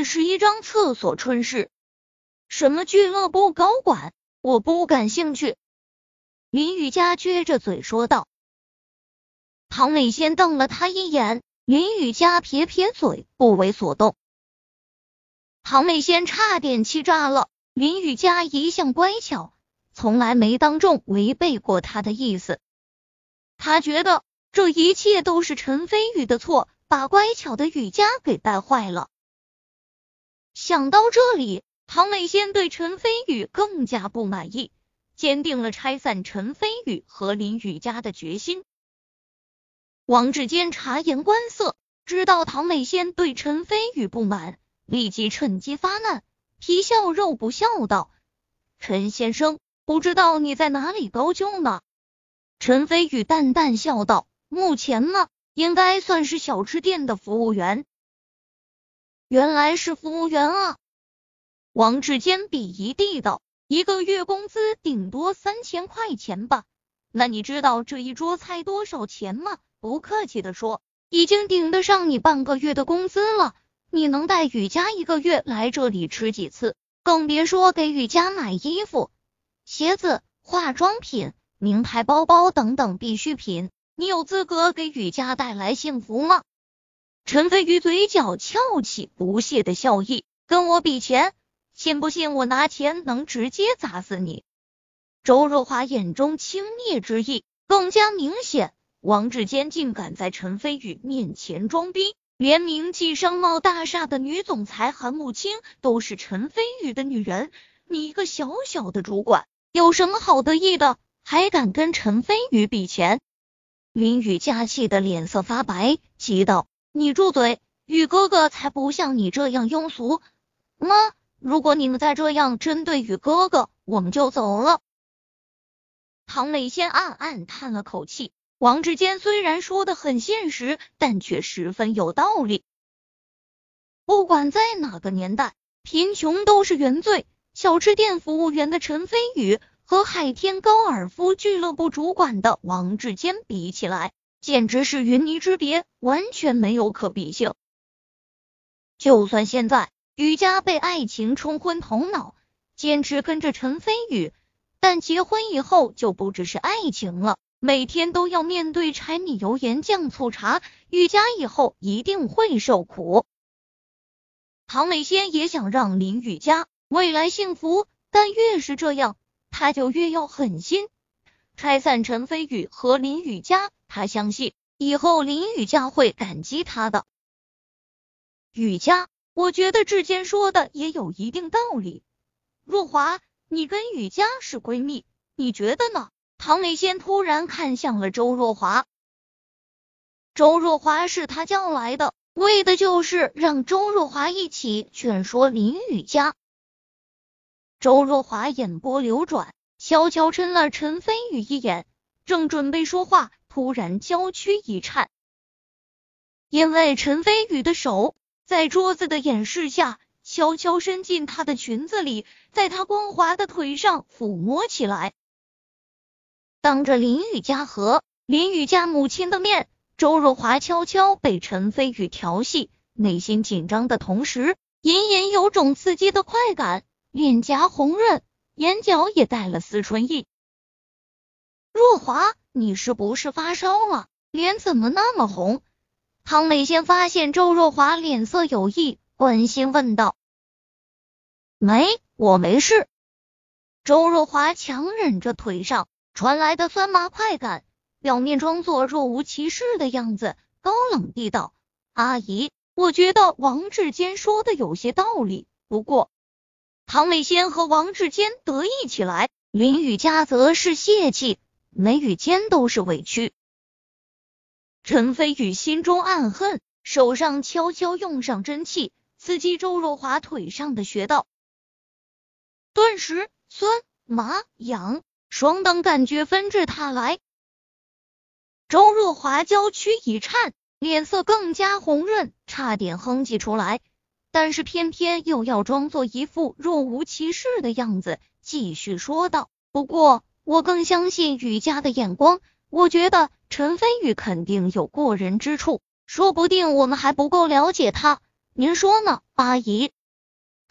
只是一张厕所春事，什么俱乐部高管，我不感兴趣。林雨佳撅着嘴说道。唐美仙瞪了他一眼，林雨佳撇撇嘴，不为所动。唐美仙差点气炸了，林雨佳一向乖巧，从来没当众违背过他的意思。他觉得这一切都是陈飞宇的错，把乖巧的雨佳给带坏了。想到这里，唐美仙对陈飞宇更加不满意，坚定了拆散陈飞宇和林雨佳的决心。王志坚察言观色，知道唐美仙对陈飞宇不满，立即趁机发难，皮笑肉不笑道：陈先生，不知道你在哪里高就呢？陈飞宇淡淡笑道：目前呢，应该算是小吃店的服务员。原来是服务员啊！王志坚鄙夷地道：一个月工资顶多3000块钱吧？那你知道这一桌菜多少钱吗？不客气的说，已经顶得上你半个月的工资了。你能带雨佳一个月来这里吃几次？更别说给雨佳买衣服、鞋子、化妆品、名牌包包等等必需品，你有资格给雨佳带来幸福吗？陈飞宇嘴角翘起不屑的笑意，跟我比钱，信不信我拿钱能直接砸死你？周若华眼中轻蔑之意更加明显，王志坚竟敢在陈飞宇面前装逼，连名记商贸大厦的女总裁韩慕清都是陈飞宇的女人，你一个小小的主管有什么好得意的，还敢跟陈飞宇比钱？林雨佳气的脸色发白，急道：你住嘴，宇哥哥才不像你这样庸俗。妈，如果你们再这样针对宇哥哥，我们就走了。唐美仙暗暗叹了口气，王志坚虽然说得很现实，但却十分有道理。不管在哪个年代，贫穷都是原罪。小吃店服务员的陈飞宇和海天高尔夫俱乐部主管的王志坚比起来，简直是云泥之别，完全没有可比性。就算现在雨佳被爱情冲昏头脑，坚持跟着陈飞宇，但结婚以后就不只是爱情了，每天都要面对柴米油盐酱醋茶，雨佳以后一定会受苦。唐美仙也想让林雨佳未来幸福，但越是这样，他就越要狠心拆散陈飞宇和林雨佳。他相信以后林雨佳会感激他的。雨佳，我觉得志坚说的也有一定道理。若华，你跟雨佳是闺蜜，你觉得呢？唐美仙突然看向了周若华。周若华是他叫来的，为的就是让周若华一起劝说林雨佳。周若华眼波流转，悄悄嗔了陈飞宇一眼，正准备说话，突然娇躯一颤，因为陈飞宇的手在桌子的掩饰下悄悄伸进她的裙子里，在她光滑的腿上抚摸起来。当着林雨佳和林雨佳母亲的面，周若华悄悄被陈飞宇调戏，内心紧张的同时，隐隐有种刺激的快感，脸颊红润，眼角也带了丝春意。若华，你是不是发烧了？脸怎么那么红？唐美仙发现周若华脸色有异，关心问道。没，我没事。周若华强忍着腿上传来的酸麻快感，表面装作若无其事的样子，高冷地道：阿姨，我觉得王志坚说的有些道理，不过唐美仙和王志坚得意起来，林雨佳则是泄气，眉宇间都是委屈。陈飞宇心中暗恨，手上悄悄用上真气，刺激周若华腿上的穴道，顿时酸麻痒双等感觉纷至沓来。周若华娇躯一颤，脸色更加红润，差点哼唧出来，但是偏偏又要装作一副若无其事的样子，继续说道：不过我更相信雨佳的眼光，我觉得陈飞宇肯定有过人之处，说不定我们还不够了解他，您说呢，阿姨？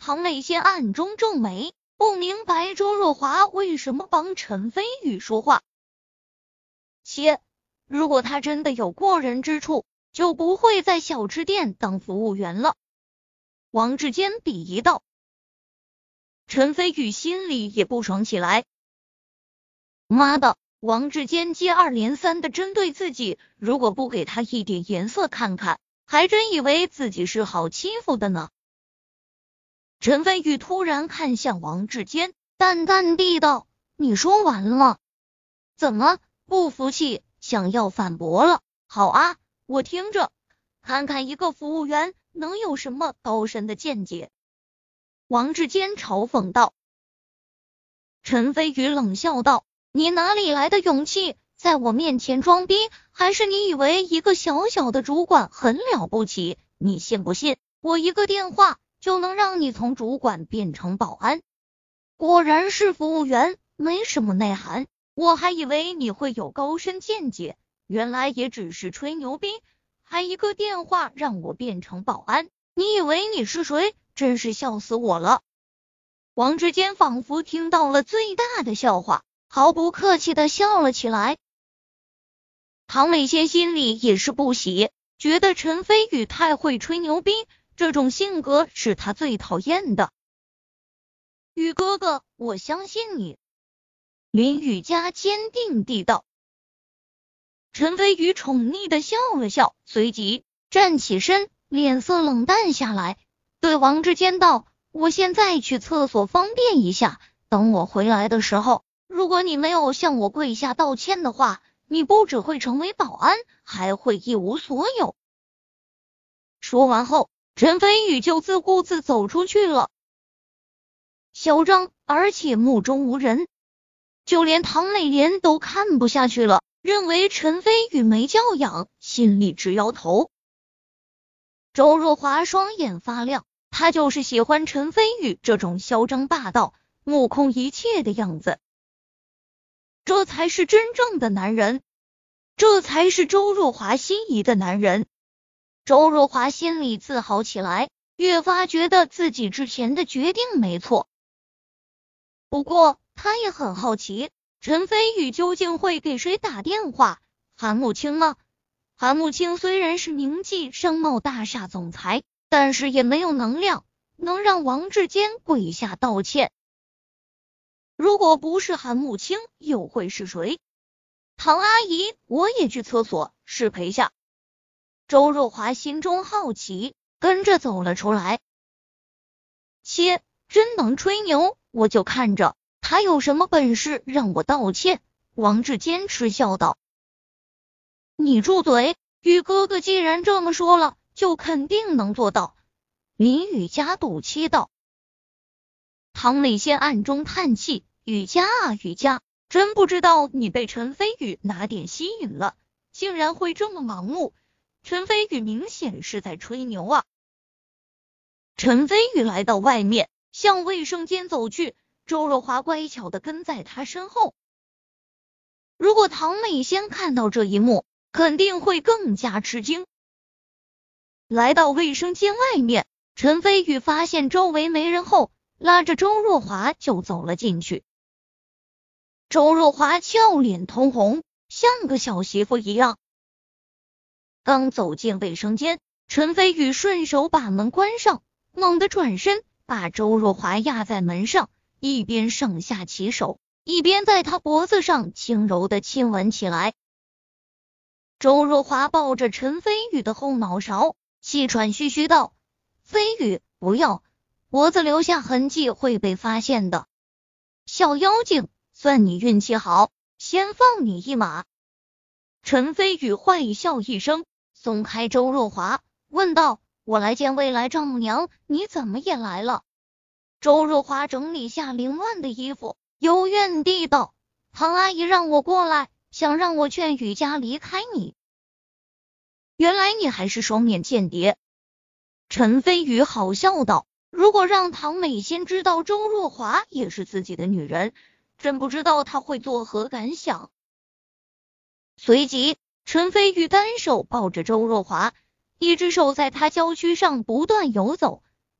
唐美仙暗中皱眉，不明白周若华为什么帮陈飞宇说话。切，如果他真的有过人之处，就不会在小吃店当服务员了。王志坚鄙夷道。陈飞宇心里也不爽起来。妈的，王志坚接二连三的针对自己，如果不给他一点颜色看看，还真以为自己是好欺负的呢。陈飞宇突然看向王志坚，淡淡地道：“你说完了？怎么不服气，想要反驳了？好啊，我听着，看看一个服务员能有什么高深的见解。”王志坚嘲讽道。陈飞宇冷笑道：“你哪里来的勇气在我面前装逼？还是你以为一个小小的主管很了不起？你信不信我一个电话就能让你从主管变成保安？果然是服务员，没什么内涵。我还以为你会有高深见解，原来也只是吹牛逼，还一个电话让我变成保安，你以为你是谁？真是笑死我了。”王志坚仿佛听到了最大的笑话，毫不客气的笑了起来。唐美仙心里也是不喜，觉得陈飞宇太会吹牛逼，这种性格是他最讨厌的。宇哥哥，我相信你。林雨佳坚定地道。陈飞宇宠溺的笑了笑，随即站起身，脸色冷淡下来，对王志坚道：“我现在去厕所方便一下，等我回来的时候，如果你没有向我跪下道歉的话，你不只会成为保安，还会一无所有。”说完后，陈飞宇就自顾自走出去了。嚣张，而且目中无人，就连唐美莲都看不下去了，认为陈飞宇没教养，心里直摇头。周若华双眼发亮，他就是喜欢陈飞宇这种嚣张霸道、目空一切的样子。这才是真正的男人，这才是周若华心仪的男人。周若华心里自豪起来，越发觉得自己之前的决定没错。不过他也很好奇，陈飞宇究竟会给谁打电话？韩慕清吗？韩慕清虽然是名记商贸大厦总裁，但是也没有能量能让王志坚跪下道歉。如果不是韩慕清，又会是谁？唐阿姨，我也去厕所，失陪下。周若华心中好奇，跟着走了出来。切，真能吹牛，我就看着他有什么本事让我道歉。王志坚嗤笑道。你住嘴，宇哥哥既然这么说了，就肯定能做到。林雨佳赌气道。唐美仙暗中叹气，雨佳啊雨佳，真不知道你被陈飞宇哪点吸引了，竟然会这么盲目。陈飞宇明显是在吹牛啊。陈飞宇来到外面，向卫生间走去，周若华乖巧的跟在他身后。如果唐美仙看到这一幕，肯定会更加吃惊。来到卫生间外面，陈飞宇发现周围没人后，拉着周若华就走了进去。周若华俏脸通红，像个小媳妇一样。刚走进卫生间，陈飞宇顺手把门关上，猛地转身把周若华压在门上，一边上下其手，一边在他脖子上轻柔的亲吻起来。周若华抱着陈飞宇的后脑勺，气喘吁吁道：“飞宇，不要，脖子留下痕迹会被发现的。小妖精，算你运气好，先放你一马。”陈飞宇坏笑一声，松开周若华，问道：“我来见未来丈母娘，你怎么也来了？”周若华整理下凌乱的衣服，幽怨地道：“唐阿姨让我过来，想让我劝雨佳离开你。”原来你还是双面间谍。陈飞宇好笑道：“如果让唐美仙知道周若华也是自己的女人，真不知道她会作何感想。”随即陈飞宇单手抱着周若华，一只手在她娇躯上不断游走，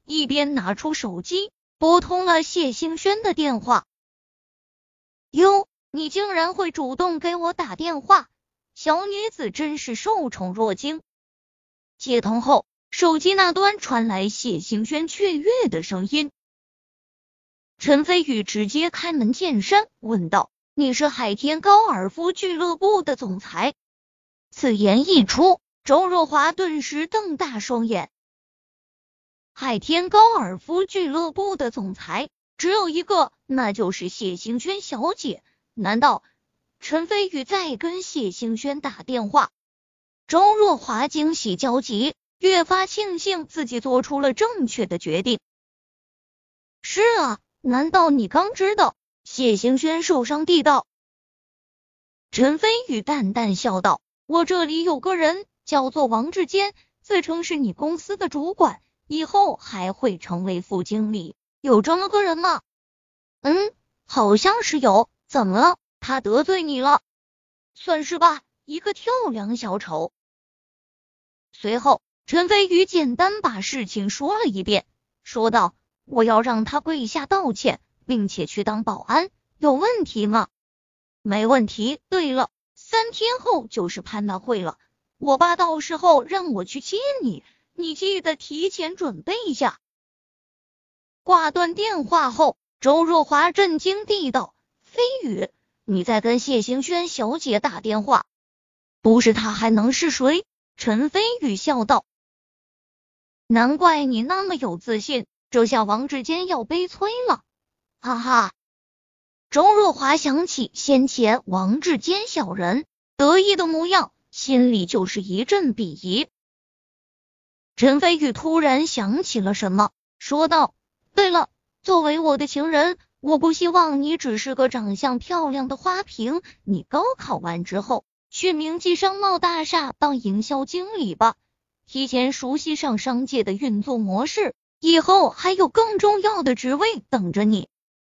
一边拿出手机拨通了谢兴轩的电话。哟，你竟然会主动给我打电话，小女子真是受宠若惊。接通后，手机那端传来谢兴轩雀跃的声音。陈飞宇直接开门见山问道：“你是海天高尔夫俱乐部的总裁？”此言一出，周若华顿时瞪大双眼。海天高尔夫俱乐部的总裁只有一个，那就是谢兴轩小姐。难道陈飞宇在跟谢兴轩打电话？周若华惊喜交集，越发庆幸自己做出了正确的决定。是啊，难道你刚知道？谢兴轩受伤地道。陈飞宇淡淡笑道：“我这里有个人叫做王志坚，自称是你公司的主管，以后还会成为副经理，有这么个人吗？”好像是有，怎么了？他得罪你了？算是吧，一个跳梁小丑。随后，陈飞宇简单把事情说了一遍，说道：“我要让他跪下道歉，并且去当保安，有问题吗？”没问题。对了，3天后就是攀大会了，我爸到时候让我去接你，你记得提前准备一下。挂断电话后，周若华震惊地道：“飞宇，你在跟谢兴轩小姐打电话？不是他还能是谁？”陈飞宇笑道：“难怪你那么有自信，这下王志坚要悲催了。”哈哈。周若华想起先前王志坚小人得意的模样，心里就是一阵鄙夷。陈飞宇突然想起了什么，说道：“对了，作为我的情人，我不希望你只是个长相漂亮的花瓶，你高考完之后去明记商贸大厦当营销经理吧，提前熟悉上商界的运作模式，以后还有更重要的职位等着你。”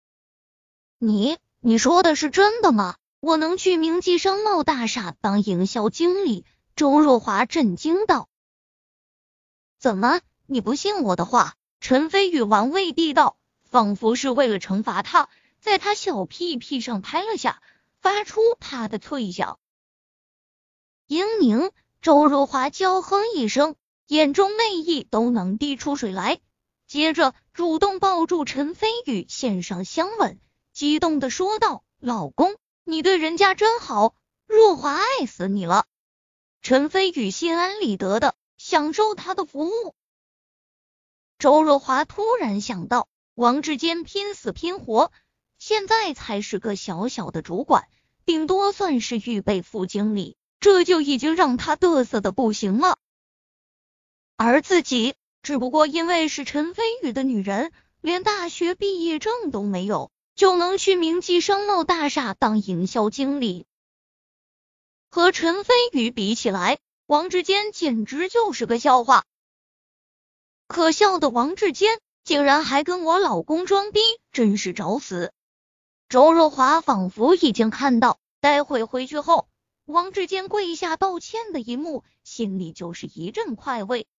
你说的是真的吗？我能去明记商贸大厦当营销经理？周若华震惊道。怎么，你不信我的话？陈飞宇玩味地道，仿佛是为了惩罚他，在他小屁屁上拍了下，发出他的脆响。英宁，周若华娇哼一声，眼中媚意都能滴出水来，接着主动抱住陈飞宇，献上香吻，激动地说道：“老公，你对人家真好，若华爱死你了。”陈飞宇心安理得的享受他的服务。周若华突然想到，王志坚拼死拼活，现在才是个小小的主管，顶多算是预备副经理，这就已经让他嘚瑟的不行了。而自己只不过因为是陈飞宇的女人，连大学毕业证都没有，就能去明记商贸大厦当营销经理。和陈飞宇比起来，王志坚简直就是个笑话。可笑的王志坚竟然还跟我老公装逼，真是找死。周若华仿佛已经看到待会回去后王志坚跪下道歉的一幕，心里就是一阵快慰。